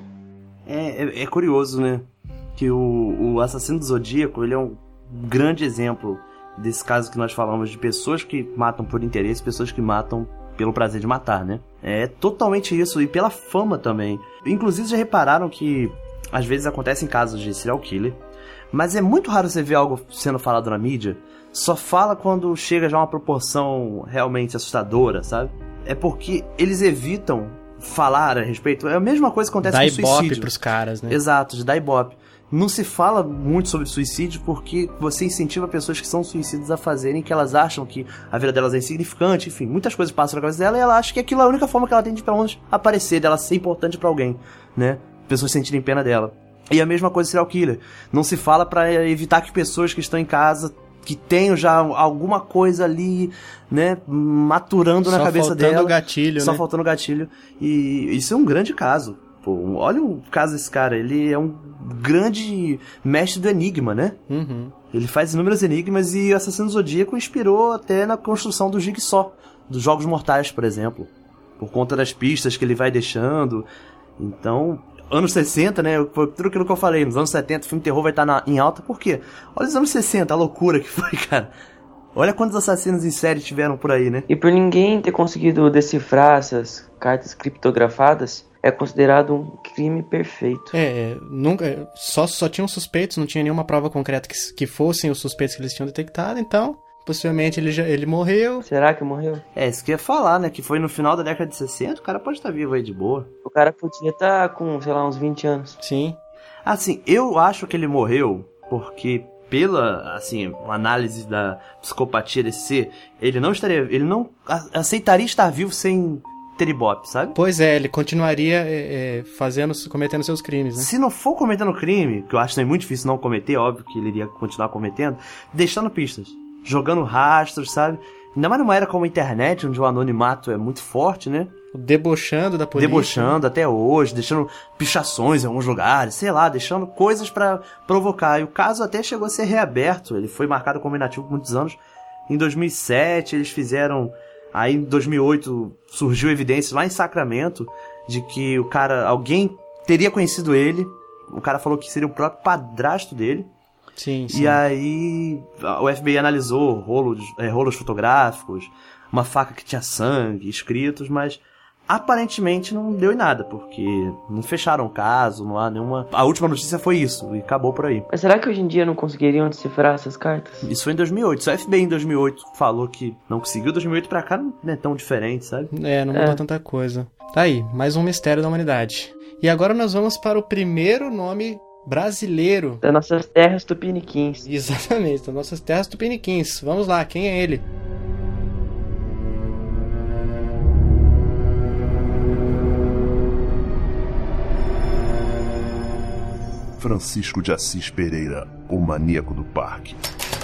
É curioso, né? Que o assassino do Zodíaco, ele é um grande exemplo desse caso que nós falamos de pessoas que matam por interesse, pessoas que matam pelo prazer de matar, né? É totalmente isso, e pela fama também. Inclusive, já repararam que às vezes acontecem casos de serial killer, mas é muito raro você ver algo sendo falado na mídia. Só fala quando chega já uma proporção realmente assustadora, sabe? É porque eles evitam falar a respeito. É a mesma coisa que acontece com suicídio. Dá ibope pros caras, né? Exato, de dar ibope. Não se fala muito sobre suicídio porque você incentiva pessoas que são suicidas a fazerem, que elas acham que a vida delas é insignificante, enfim, muitas coisas passam na cabeça dela e ela acha que aquilo é a única forma que ela tem de pelo menos aparecer, dela ser importante pra alguém, né? Pessoas sentirem pena dela. E a mesma coisa serial killer. Não se fala pra evitar que pessoas que estão em casa, que tenham já alguma coisa ali, né, maturando na cabeça dela. Só faltando o gatilho, Só né? faltando o gatilho. E isso é um grande caso. Pô, olha o caso desse cara, ele é um grande mestre do enigma, né? Uhum. Ele faz inúmeros enigmas e o Assassino do Zodíaco inspirou até na construção do Jigsaw, dos Jogos Mortais, por exemplo. Por conta das pistas que ele vai deixando. Então, anos 60, né? Tudo aquilo que eu falei, nos anos 70 o filme terror vai estar em alta, por quê? Olha os anos 60, a loucura que foi, cara. Olha quantos assassinos em série tiveram por aí, né? E por ninguém ter conseguido decifrar essas cartas criptografadas, é considerado um crime perfeito. Nunca, só tinham suspeitos, não tinha nenhuma prova concreta que fossem os suspeitos que eles tinham detectado, então possivelmente ele morreu. Será que morreu? Isso que eu ia falar, né? Que foi no final da década de 60, o cara pode estar vivo aí de boa. O cara podia estar com, sei lá, uns 20 anos. Sim. Assim, eu acho que ele morreu porque pela, assim, uma análise da psicopatia desse ser, ele não aceitaria estar vivo sem ter Ibope, sabe? Pois é, ele continuaria cometendo seus crimes, né? Se não for cometendo crime, que eu acho que é muito difícil não cometer, óbvio que ele iria continuar cometendo, deixando pistas, jogando rastros, sabe? Ainda mais numa era como a internet, onde o anonimato é muito forte, né? Debochando da polícia. Debochando até hoje, deixando pichações em alguns lugares, sei lá, deixando coisas pra provocar. E o caso até chegou a ser reaberto, ele foi marcado como inativo por muitos anos. Em 2007 eles fizeram... Aí em 2008 surgiu evidência lá em Sacramento de que alguém teria conhecido ele. O cara falou que seria o próprio padrasto dele. Sim, sim. E aí o FBI analisou rolos fotográficos, uma faca que tinha sangue, escritos, mas aparentemente não deu em nada, porque não fecharam o caso, não há nenhuma... A última notícia foi isso, e acabou por aí. Mas será que hoje em dia não conseguiriam decifrar essas cartas? Isso foi em 2008. Se o FBI em 2008 falou que não conseguiu, 2008 pra cá não é tão diferente, sabe? Não mudou tanta coisa. Tá aí, mais um mistério da humanidade. E agora nós vamos para o primeiro nome brasileiro. Das nossas terras tupiniquins. Exatamente, das nossas terras tupiniquins. Vamos lá, quem é ele? Francisco de Assis Pereira, o maníaco do parque.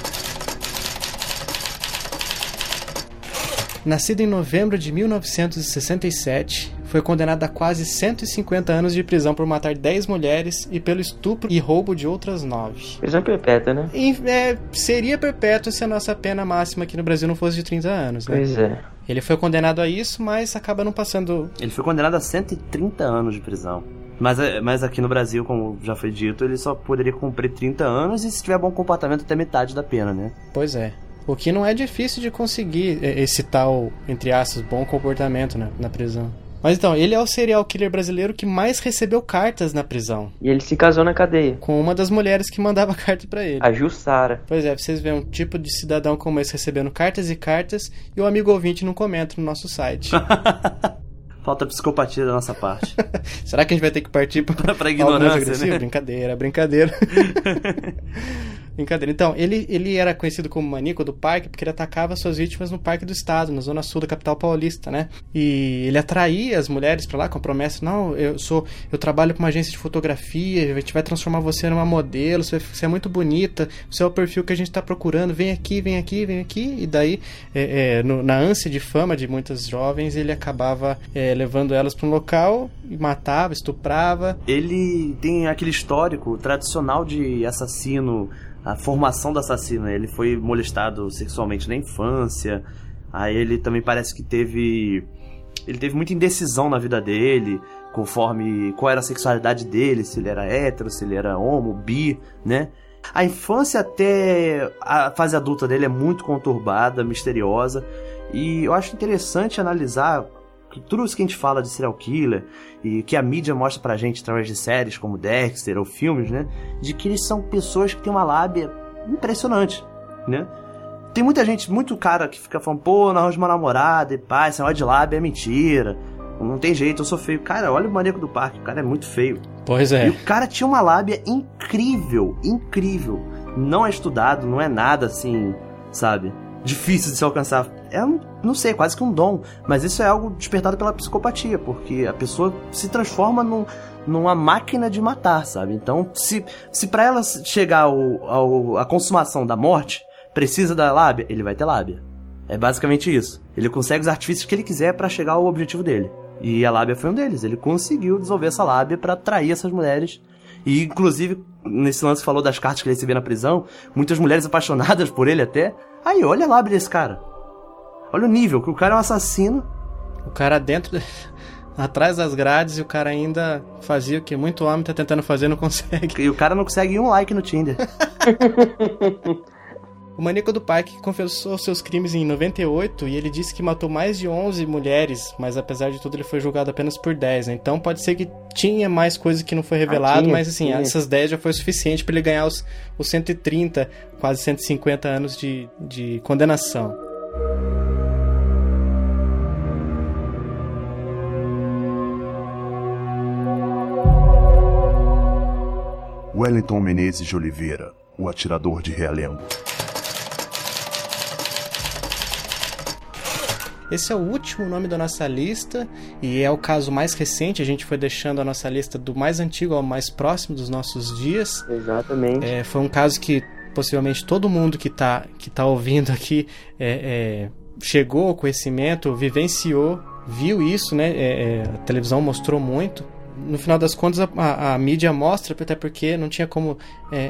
Nascido em novembro de 1967, foi condenado a quase 150 anos de prisão por matar 10 mulheres e pelo estupro e roubo de outras 9. Prisão perpétua, né? Seria perpétua se a nossa pena máxima aqui no Brasil não fosse de 30 anos, né? Pois é. Ele foi condenado a isso, mas acaba não passando... Ele foi condenado a 130 anos de prisão. Mas aqui no Brasil, como já foi dito, ele só poderia cumprir 30 anos e se tiver bom comportamento até metade da pena, né? Pois é. O que não é difícil de conseguir esse tal, entre aspas, bom comportamento na prisão. Mas então, ele é o serial killer brasileiro que mais recebeu cartas na prisão. E ele se casou na cadeia. Com uma das mulheres que mandava carta pra ele. A Jussara. Pois é, vocês veem um tipo de cidadão como esse recebendo cartas e cartas e o amigo ouvinte não comenta no nosso site. Falta psicopatia da nossa parte. Será que a gente vai ter que partir pra ignorância, né? Brincadeira. Brincadeira. Então, ele era conhecido como maníaco do parque porque ele atacava suas vítimas no Parque do Estado, na zona sul da capital paulista, né? E ele atraía as mulheres pra lá com a promessa: não, eu trabalho com uma agência de fotografia, a gente vai transformar você numa modelo, você é muito bonita, você é o perfil que a gente tá procurando, vem aqui. E daí, na ânsia de fama de muitas jovens, ele acabava levando elas pra um local e matava, estuprava. Ele tem aquele histórico tradicional de assassino, a formação do assassino. Ele foi molestado sexualmente na infância, aí ele também parece que teve muita indecisão na vida dele, conforme qual era a sexualidade dele, se ele era hétero, se ele era homo, bi, né? A infância até a fase adulta dele é muito conturbada, misteriosa, e eu acho interessante analisar que tudo isso que a gente fala de serial killer e que a mídia mostra pra gente através de séries como Dexter ou filmes, né, de que eles são pessoas que têm uma lábia impressionante, né? Tem muita gente, muito cara que fica falando: pô, não arranjo uma namorada e pá, esse negócio de lábia é mentira, não tem jeito, eu sou feio. Cara, olha o maníaco do parque, o cara é muito feio. Pois é. E o cara tinha uma lábia incrível. Não é estudado, não é nada assim, sabe, difícil de se alcançar. Não sei, quase que um dom. Mas isso é algo despertado pela psicopatia, porque a pessoa se transforma numa máquina de matar, sabe? Então, se pra ela chegar à consumação da morte, precisa da lábia, ele vai ter lábia. É basicamente isso. Ele consegue os artifícios que ele quiser pra chegar ao objetivo dele. E a lábia foi um deles. Ele conseguiu desenvolver essa lábia pra atrair essas mulheres. E, inclusive, nesse lance que falou das cartas que ele recebia na prisão, muitas mulheres apaixonadas por ele até. Aí, olha a lábia desse cara. Olha o nível, que o cara é um assassino. O cara dentro... atrás das grades, e o cara ainda fazia o que muito homem tá tentando fazer e não consegue. E o cara não consegue ir um like no Tinder. O maníaco do parque confessou seus crimes em 98 e ele disse que matou mais de 11 mulheres, mas apesar de tudo ele foi julgado apenas por 10, né? Então pode ser que tinha mais coisa que não foi revelado, mas assim, essas 10 já foi suficiente para ele ganhar os 130, quase 150 anos de condenação. Wellington Menezes de Oliveira, o atirador de Realengo. Esse é o último nome da nossa lista e é o caso mais recente. A gente foi deixando a nossa lista do mais antigo ao mais próximo dos nossos dias. Exatamente. Foi um caso que possivelmente todo mundo que tá ouvindo aqui chegou ao conhecimento, vivenciou, viu isso, né? A televisão mostrou muito. No final das contas, a mídia mostra, até porque não tinha como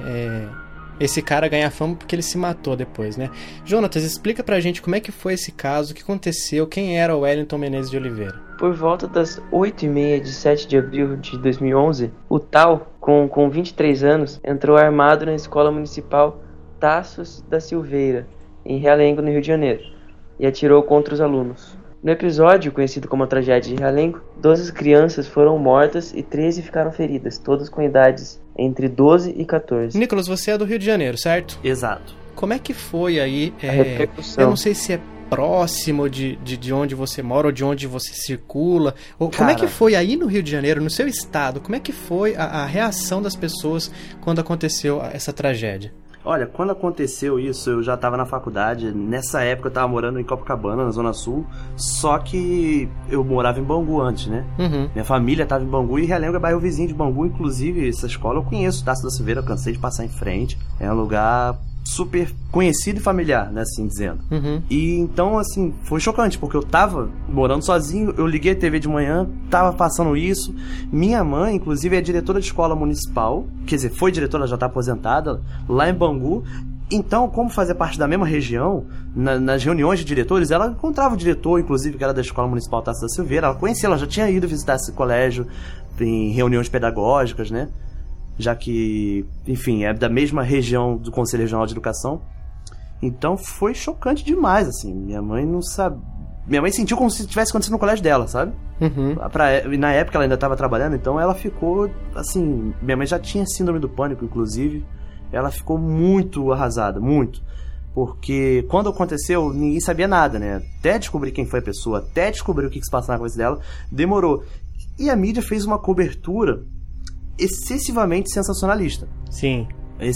esse cara ganhar fama porque ele se matou depois, né? Jonatas, explica pra gente como é que foi esse caso, o que aconteceu, quem era o Wellington Menezes de Oliveira. Por volta das 8h30 de 7 de abril de 2011, o Tal, com 23 anos, entrou armado na Escola Municipal Tassos da Silveira, em Realengo, no Rio de Janeiro, e atirou contra os alunos. No episódio, conhecido como a tragédia de Realengo, 12 crianças foram mortas e 13 ficaram feridas, todas com idades entre 12 e 14. Nicolas, você é do Rio de Janeiro, certo? Exato. Como é que foi aí? A repercussão. Eu não sei se é próximo de onde você mora ou de onde você circula. Como é que foi aí no Rio de Janeiro, no seu estado? Como é que foi a reação das pessoas quando aconteceu essa tragédia? Olha, quando aconteceu isso, eu já estava na faculdade. Nessa época eu estava morando em Copacabana, na Zona Sul. Só que eu morava em Bangu antes, né? Uhum. Minha família estava em Bangu e Realengo é bairro vizinho de Bangu. Inclusive, essa escola eu conheço, Tassos da Silveira, eu cansei de passar em frente. É um lugar super conhecido e familiar, né, assim dizendo. Uhum. E então, assim, foi chocante, porque eu tava morando sozinho, eu liguei a TV de manhã, tava passando isso. Minha mãe, inclusive, é diretora de escola municipal, quer dizer, foi diretora, já tá aposentada, lá em Bangu. Então, como fazia parte da mesma região, nas reuniões de diretores, ela encontrava o diretor, inclusive, que era da Escola Municipal Tassos da Silveira, ela conhecia, ela já tinha ido visitar esse colégio em reuniões pedagógicas, né? Já que, enfim, é da mesma região do Conselho Regional de Educação. Então foi chocante demais, assim. Minha mãe não sabe. Minha mãe sentiu como se tivesse acontecido no colégio dela, sabe? Uhum. Na época ela ainda estava trabalhando, então ela ficou, assim... Minha mãe já tinha síndrome do pânico, inclusive. Ela ficou muito arrasada, muito. Porque quando aconteceu, ninguém sabia nada, né? Até descobrir quem foi a pessoa, até descobrir o que se passava na cabeça dela, demorou. E a mídia fez uma cobertura excessivamente sensacionalista. Sim.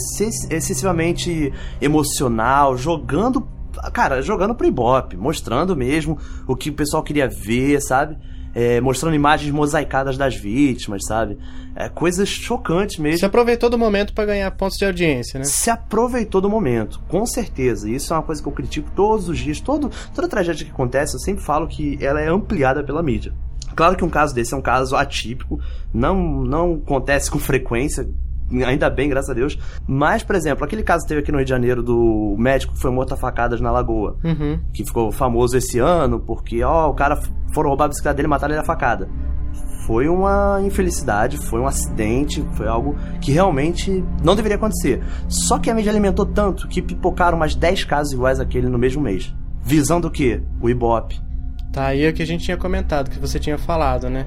Excessivamente emocional, jogando pro Ibope, mostrando mesmo o que o pessoal queria ver, sabe? Mostrando imagens mosaicadas das vítimas, sabe? Coisas chocantes mesmo. Se aproveitou do momento para ganhar pontos de audiência, né? Se aproveitou do momento, com certeza. Isso é uma coisa que eu critico todos os dias. Toda tragédia que acontece, eu sempre falo que ela é ampliada pela mídia. Claro que um caso desse é um caso atípico, não acontece com frequência, ainda bem, graças a Deus. Mas, por exemplo, aquele caso que teve aqui no Rio de Janeiro do médico que foi morto a facadas na Lagoa, uhum, que ficou famoso esse ano, porque o cara foram roubar a bicicleta dele e mataram ele a facada. Foi uma infelicidade, foi um acidente, foi algo que realmente não deveria acontecer. Só que a mídia alimentou tanto que pipocaram mais 10 casos iguais àquele no mesmo mês. Visando o quê? O Ibope. Tá aí o que a gente tinha comentado, que você tinha falado, né?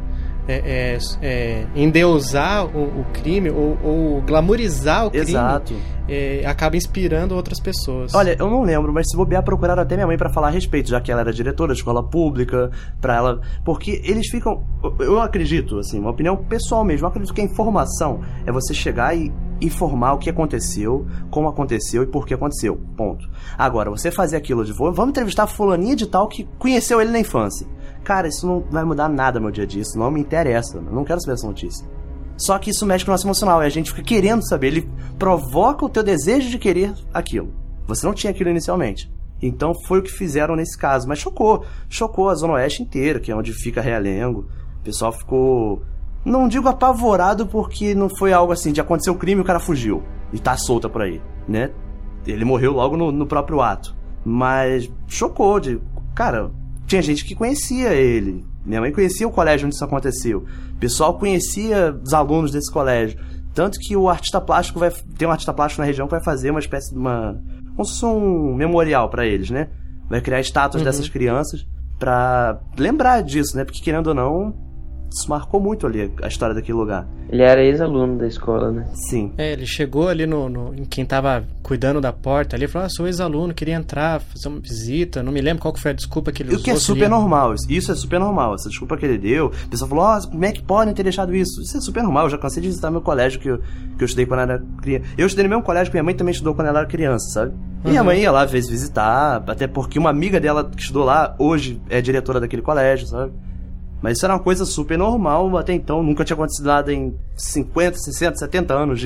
Endeusar o crime ou glamorizar o crime. Exato. Acaba inspirando outras pessoas. Olha, eu não lembro, mas se bobear, procuraram até minha mãe pra falar a respeito, já que ela era diretora de escola pública, pra ela... Porque eles ficam... Eu acredito, assim, uma opinião pessoal mesmo, eu acredito que a informação é você chegar e informar o que aconteceu, como aconteceu e por que aconteceu, ponto. Agora, você fazer aquilo de... Vamos entrevistar fulaninha de tal que conheceu ele na infância. Cara, isso não vai mudar nada no meu dia a dia, isso não me interessa, eu não quero saber essa notícia. Só que isso mexe com o nosso emocional, e a gente fica querendo saber, ele provoca o teu desejo de querer aquilo. Você não tinha aquilo inicialmente. Então foi o que fizeram nesse caso, mas chocou a Zona Oeste inteira, que é onde fica Realengo. O pessoal ficou, não digo apavorado, porque não foi algo assim, de acontecer o crime e o cara fugiu, e tá solta por aí, né? Ele morreu logo no próprio ato. Mas chocou, cara, tinha gente que conhecia ele. Minha mãe conhecia o colégio onde isso aconteceu. O pessoal conhecia os alunos desse colégio. Tanto que o artista plástico tem um artista plástico na região que vai fazer uma espécie de como se fosse um memorial pra eles, né? Vai criar estátuas dessas crianças pra lembrar disso, né? Porque, querendo ou não, isso marcou muito ali a história daquele lugar. Ele era ex-aluno da escola, né? Sim. Ele chegou ali em quem tava cuidando da porta ali, falou, sou ex-aluno, queria entrar, fazer uma visita, não me lembro qual que foi a desculpa que ele usou. O que é super normal, isso é super normal, essa desculpa que ele deu, o pessoal falou, como é que podem ter deixado isso? Isso é super normal, eu já cansei de visitar meu colégio que eu estudei quando era criança. Eu estudei no mesmo colégio que minha mãe também estudou quando ela era criança, sabe? E minha mãe ia lá às vezes visitar, até porque uma amiga dela que estudou lá, hoje é diretora daquele colégio, sabe? Mas isso era uma coisa super normal até então, nunca tinha acontecido nada em 50, 60, 70 anos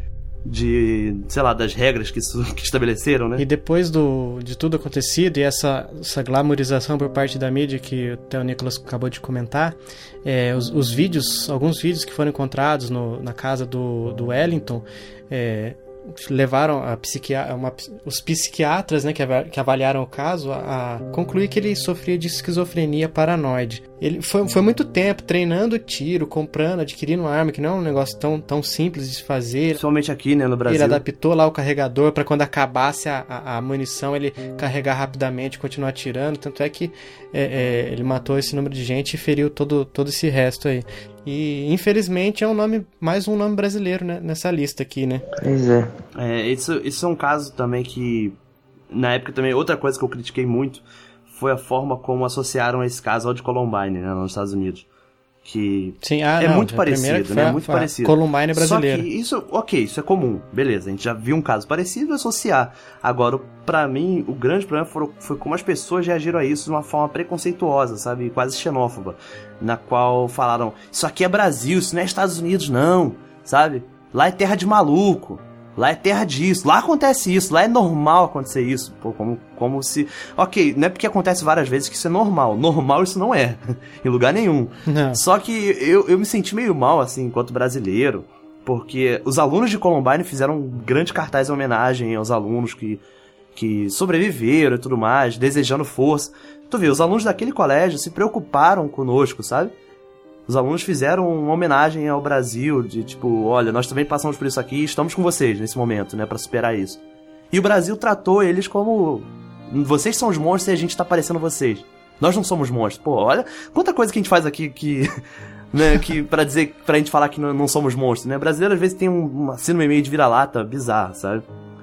sei lá, das regras que estabeleceram, né? E depois de tudo acontecido e essa glamorização por parte da mídia que até o Nicolas acabou de comentar, alguns vídeos que foram encontrados na casa do Wellington, levaram os psiquiatras, né, que avaliaram o caso a concluir que ele sofria de esquizofrenia paranoide. Ele foi muito tempo treinando tiro, comprando, adquirindo arma, que não é um negócio tão simples de se fazer. Principalmente aqui, né, no Brasil. Ele adaptou lá o carregador para quando acabasse a munição ele carregar rapidamente e continuar atirando. Tanto é que ele matou esse número de gente e feriu todo esse resto aí. E, infelizmente, é mais um nome brasileiro, né, nessa lista aqui, né? Pois é. Isso é um caso também que, na época também, outra coisa que eu critiquei muito foi a forma como associaram esse caso ao de Columbine, né, nos Estados Unidos. Que sim, muito parecido, né? Muito parecido. Columbine brasileiro. Só que isso é comum, beleza. A gente já viu um caso parecido e associar. Agora, pra mim, o grande problema foi como as pessoas reagiram a isso de uma forma preconceituosa, sabe? Quase xenófoba. Na qual falaram, isso aqui é Brasil, isso não é Estados Unidos, não, sabe? Lá é terra de maluco. Lá é terra disso, lá acontece isso, lá é normal acontecer isso. Pô, como se... Ok, não é porque acontece várias vezes que isso é normal. Normal isso não é, em lugar nenhum. Não. Só que eu me senti meio mal, assim, enquanto brasileiro, porque os alunos de Columbine fizeram um grande cartaz em homenagem aos alunos que sobreviveram e tudo mais, desejando força. Tu vê, os alunos daquele colégio se preocuparam conosco, sabe? Os alunos fizeram uma homenagem ao Brasil, de tipo, olha, nós também passamos por isso aqui e estamos com vocês nesse momento, né, pra superar isso. E o Brasil tratou eles como, vocês são os monstros e a gente tá parecendo vocês. Nós não somos monstros. Pô, olha quanta coisa que a gente faz aqui né, pra gente falar que não somos monstros, né. O brasileiro às vezes tem uma síndrome meio de vira-lata bizarra, sabe.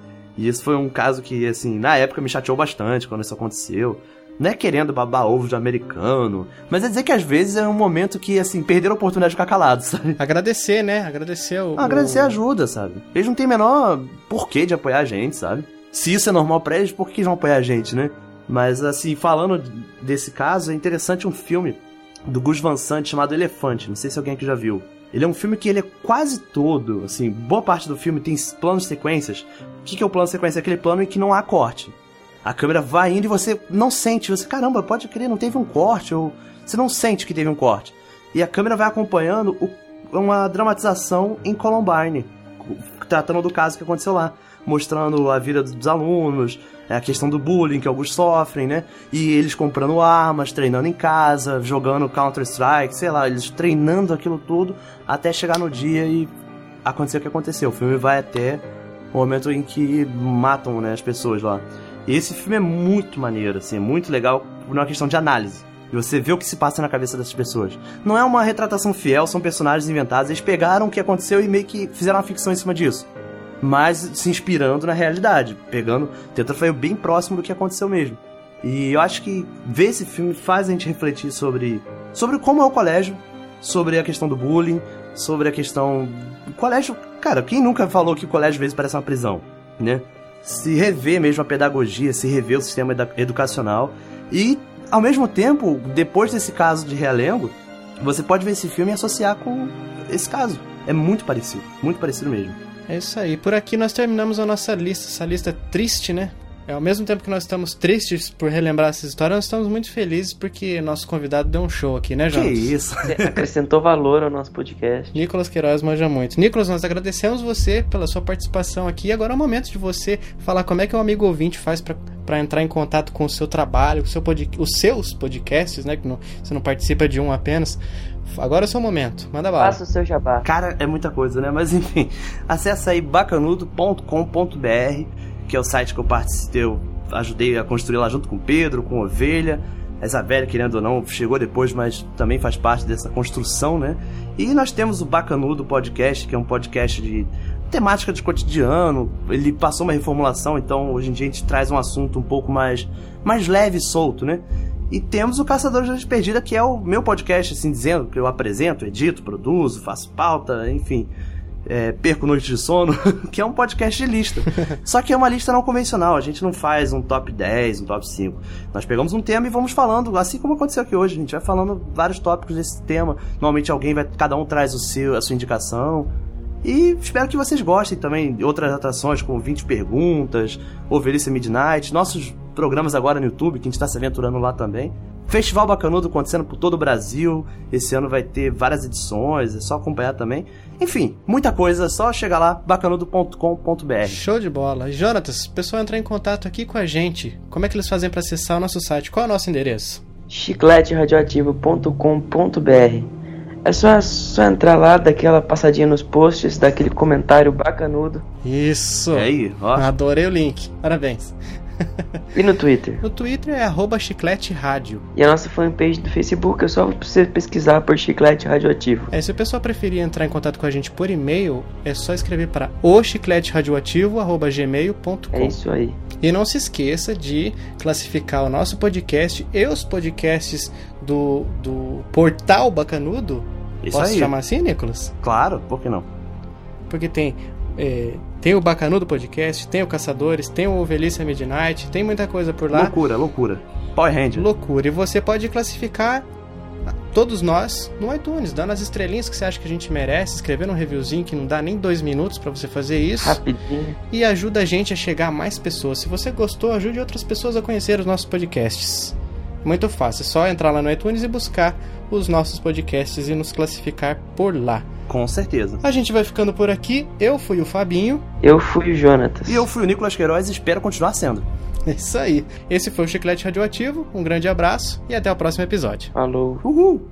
E isso foi um caso que, assim, na época me chateou bastante quando isso aconteceu. Não é querendo babar ovo de americano, mas é dizer que às vezes é um momento que, assim, perderam a oportunidade de ficar calado, sabe? Agradecer, né? Agradecer a ajuda, sabe? Eles não têm o menor porquê de apoiar a gente, sabe? Se isso é normal pra eles, por que eles vão apoiar a gente, né? Mas, assim, falando desse caso, é interessante um filme do Gus Van Sant chamado Elefante. Não sei se alguém aqui já viu. Ele é um filme que ele é quase todo, assim, boa parte do filme tem planos sequências. O que é o plano sequência? É aquele plano em que não há corte. A câmera vai indo e você não sente, você, caramba, pode crer, não teve um corte, ou você não sente que teve um corte. E a câmera vai acompanhando uma dramatização em Columbine, tratando do caso que aconteceu lá, mostrando a vida dos alunos, a questão do bullying que alguns sofrem, né? E eles comprando armas, treinando em casa, jogando Counter-Strike, sei lá, eles treinando aquilo tudo até chegar no dia e acontecer o que aconteceu. O filme vai até o momento em que matam, né, as pessoas lá. E esse filme é muito maneiro, assim, é muito legal por uma questão de análise. E você vê o que se passa na cabeça dessas pessoas. Não é uma retratação fiel, são personagens inventados. Eles pegaram o que aconteceu e meio que fizeram uma ficção em cima disso. Mas se inspirando na realidade, tentando fazer bem próximo do que aconteceu mesmo. E eu acho que ver esse filme faz a gente refletir sobre como é o colégio, sobre a questão do bullying, sobre a questão... O colégio, cara, quem nunca falou que o colégio às vezes parece uma prisão, né? Se rever mesmo a pedagogia, se rever o sistema educacional. E, ao mesmo tempo, depois desse caso de Realengo, você pode ver esse filme e associar com esse caso. É muito parecido mesmo. É isso aí. Por aqui nós terminamos a nossa lista. Essa lista é triste, né? Ao mesmo tempo que nós estamos tristes por relembrar essa história, nós estamos muito felizes porque nosso convidado deu um show aqui, né, Jonas? Que isso? Você acrescentou valor ao nosso podcast. Nicolas Queiroz manja muito. Nicolas, nós agradecemos você pela sua participação aqui. E agora é o momento de você falar como é que o amigo ouvinte faz para entrar em contato com o seu trabalho, com os seus podcasts, né? Que você não participa de um apenas. Agora é o seu momento. Manda bala. Faça o seu jabá. Cara, é muita coisa, né? Mas enfim, acessa aí bacanudo.com.br, que é o site que eu ajudei a construir lá junto com o Pedro, com o Ovelha. A Isabelle, querendo ou não, chegou depois, mas também faz parte dessa construção, né? E nós temos o Bacanudo Podcast, que é um podcast de temática de cotidiano. Ele passou uma reformulação, então hoje em dia a gente traz um assunto um pouco mais leve e solto, né? E temos o Caçadores de Gente Perdida, que é o meu podcast, assim dizendo, que eu apresento, edito, produzo, faço pauta, enfim... perco noite de sono, que é um podcast de lista. Só que é uma lista não convencional, a gente não faz um top 10, um top 5. Nós pegamos um tema e vamos falando, assim como aconteceu aqui hoje, a gente vai falando vários tópicos desse tema. Normalmente cada um traz a sua indicação. E espero que vocês gostem também de outras atrações, como 20 perguntas, Ovelhice Midnight, nossos programas agora no YouTube, que a gente está se aventurando lá também. Festival Bacanudo acontecendo por todo o Brasil. Esse ano vai ter várias edições, é só acompanhar também. Enfim, muita coisa, só chegar lá, bacanudo.com.br. Show de bola. E Jonatas, o pessoal entrar em contato aqui com a gente, como é que eles fazem para acessar o nosso site? Qual é o nosso endereço? chicleteradioativo.com.br. É só entrar lá, dar aquela passadinha nos posts, dar aquele comentário bacanudo. Isso! E aí, ó. Adorei o link, parabéns. E no Twitter? No Twitter é @chicleteradio. E a nossa fanpage do Facebook é só você pesquisar por Chiclete Radioativo. Se o pessoal preferir entrar em contato com a gente por e-mail, é só escrever para ochicleteradioativo@gmail.com. É isso aí. E não se esqueça de classificar o nosso podcast e os podcasts do Portal Bacanudo. Isso Posso aí. chamar assim, Nicolas? Claro, por que não? Porque tem o Bacanudo Podcast, tem o Caçadores, tem o Ovelhice Midnight, tem muita coisa por lá. Loucura. Power Ranger. Loucura. E você pode classificar todos nós no iTunes, dando as estrelinhas que você acha que a gente merece, escrevendo um reviewzinho que não dá nem 2 minutos pra você fazer isso. Rapidinho. E ajuda a gente a chegar a mais pessoas. Se você gostou, ajude outras pessoas a conhecer os nossos podcasts. Muito fácil, é só entrar lá no iTunes e buscar os nossos podcasts e nos classificar por lá. Com certeza. A gente vai ficando por aqui. Eu fui o Fabinho. Eu fui o Jonatas. E eu fui o Nicolas Queiroz e espero continuar sendo. É isso aí. Esse foi o Chiclete Radioativo. Um grande abraço e até o próximo episódio. Falou. Uhul!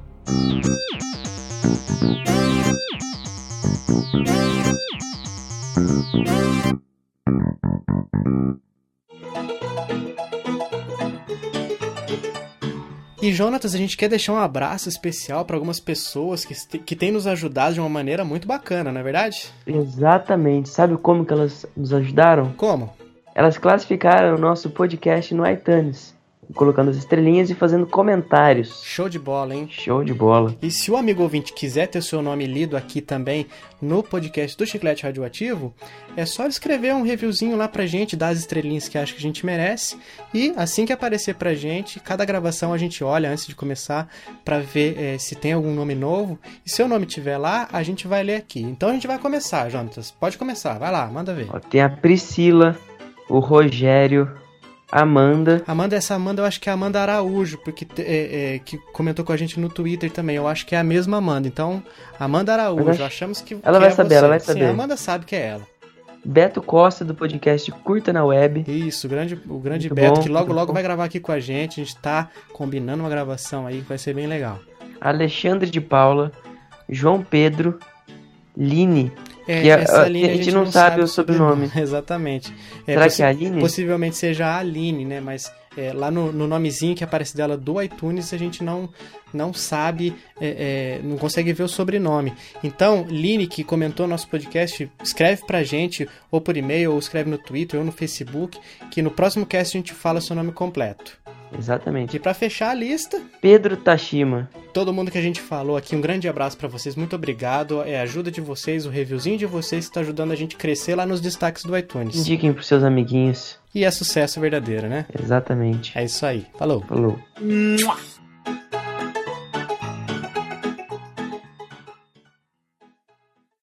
E Jonatas, a gente quer deixar um abraço especial para algumas pessoas que têm nos ajudado de uma maneira muito bacana, não é verdade? Exatamente. Sabe como que elas nos ajudaram? Como? Elas classificaram o nosso podcast no iTunes, colocando as estrelinhas e fazendo comentários. Show de bola, hein? Show de bola. E se o amigo ouvinte quiser ter o seu nome lido aqui também no podcast do Chiclete Radioativo, é só escrever um reviewzinho lá pra gente, dar as estrelinhas que acha que a gente merece, e assim que aparecer pra gente, cada gravação a gente olha antes de começar pra ver se tem algum nome novo, e se o nome tiver lá, a gente vai ler aqui. Então a gente vai começar, Jonatas. Pode começar, vai lá, manda ver. Ó, tem a Priscila, o Rogério, Amanda, essa Amanda, eu acho que é a Amanda Araújo, porque que comentou com a gente no Twitter também. Eu acho que é a mesma Amanda. Então, Amanda Araújo, achamos que ela vai saber, ela vai saber. Sim, a Amanda sabe que é ela. Beto Costa, do podcast Curta na Web. Isso, o grande Muito Beto, bom, que logo muito bom. vai gravar aqui com a gente. A gente tá combinando uma gravação aí que vai ser bem legal. Alexandre de Paula, João Pedro, Line. Essa Aline a gente não sabe o sobrenome. Exatamente. Será que é a Aline? Possivelmente seja a Aline, né? Mas lá no nomezinho que aparece dela do iTunes, a gente não sabe, não consegue ver o sobrenome. Então, Line, que comentou nosso podcast, escreve pra gente, ou por e-mail, ou escreve no Twitter, ou no Facebook, que no próximo cast a gente fala seu nome completo. Exatamente. E pra fechar a lista, Pedro Tashima. todo mundo que a gente falou aqui, um grande abraço pra vocês, muito obrigado. É a ajuda de vocês, o reviewzinho de vocês que tá ajudando a gente a crescer lá nos destaques do iTunes. Indiquem pros seus amiguinhos. E é sucesso verdadeiro, né? Exatamente. É isso aí. Falou. Falou.